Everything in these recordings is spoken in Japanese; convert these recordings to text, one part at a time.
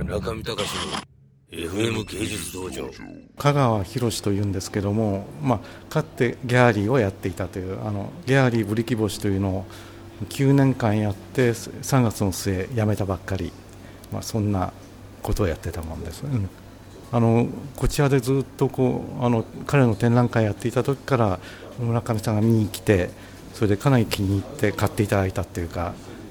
村上隆の FM 芸術道場。 香川博というんですけども、かつてギャラリーをやっていたというギャラリーブリキ星というのを9年間やって3月の末辞めたばっかり、そんなことをやってたもんです、こちらでずっと彼の展覧会やっていた時から村上さんが見に来て、それでかなり気に入って買っていただいたっていうか、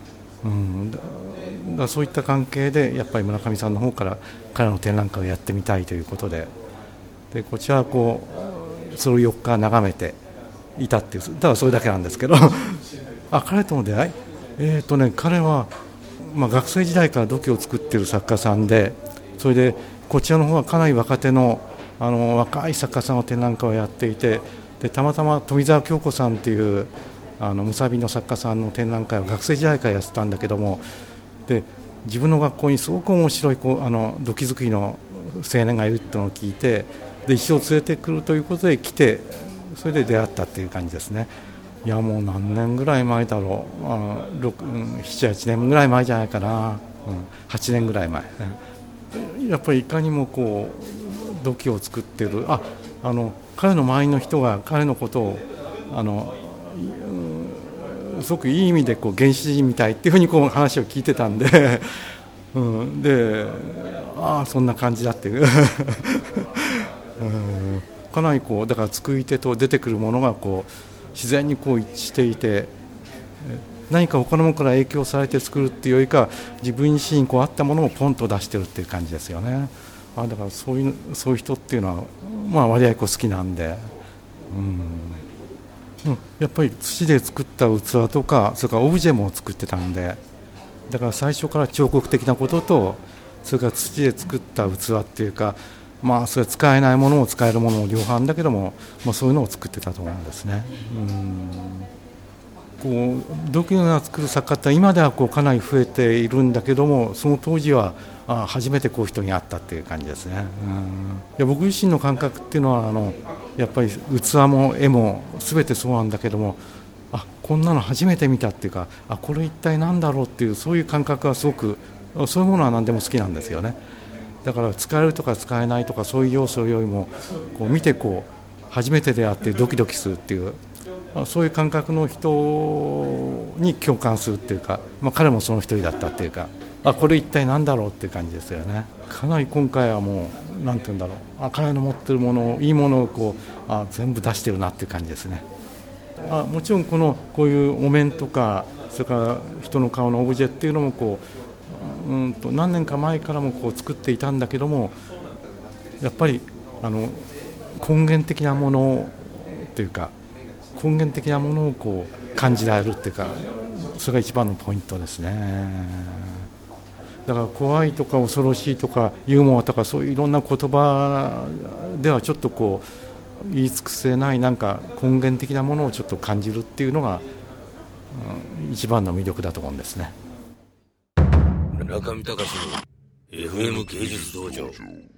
だそういった関係でやっぱり村上さんの方から彼の展覧会をやってみたいということで、こちらはそれを4日眺めていたっていう、ただそれだけなんですけど彼との出会い、彼は、学生時代から土器を作っている作家さんで、それでこちらの方はかなり若手の、若い作家さんの展覧会をやっていて、でたまたま富澤京子さんというむさびの作家さんの展覧会を学生時代からやってたんだけども、で自分の学校にすごく面白い土器作りの青年がいるっていうのを聞いて、で一生連れてくるということで来て、それで出会ったっていう感じですね。いやもう何年ぐらい前だろう、7、8年ぐらい前じゃないかな、8年ぐらい前、やっぱりいかにも土器を作ってる、彼の周りの人が彼のことをすごくいい意味で原始人みたいっていうふうに話を聞いてたんで、でそんな感じだっていうかなりだから作り手と出てくるものが自然に一致していて、何か他のものから影響されて作るっていうよりか、自分自身に合ったものをポンと出してるっていう感じですよね。だからそういう人っていうのは、割合好きなんで、やっぱり土で作った器とか、それからオブジェも作ってたんで、だから最初から彫刻的なことと、それから土で作った器っていうか、それ使えないものも使えるものも両方あるんだけども、そういうのを作ってたと思うんですね。土器の作る作家って今ではかなり増えているんだけども、その当時は初めてこういう人に会ったっていう感じですね。いや僕自身の感覚っていうのはやっぱり器も絵も全てそうなんだけども、こんなの初めて見たっていうか、これ一体何だろうっていう、そういう感覚はすごく、そういうものは何でも好きなんですよね。だから使えるとか使えないとかそういう要素よりも見て初めて出会ってドキドキするっていう、そういう感覚の人に共感するっていうか、彼もその一人だったっていうか、これ一体何だろうっていう感じですよね。かなり今回はもうなんて言うんだろう、彼の持ってるもの、いいものを全部出してるなっていう感じですね。もちろんこういうお面とか、それから人の顔のオブジェっていうのも何年か前からも作っていたんだけども、やっぱり根源的なものというか、根源的なものを感じられるっていうか、それが一番のポイントですね。だから怖いとか恐ろしいとかユーモアとか、そういういろんな言葉ではちょっと言い尽くせない、なんか根源的なものをちょっと感じるっていうのが、一番の魅力だと思うんですね。 村上隆の FM 芸術道場。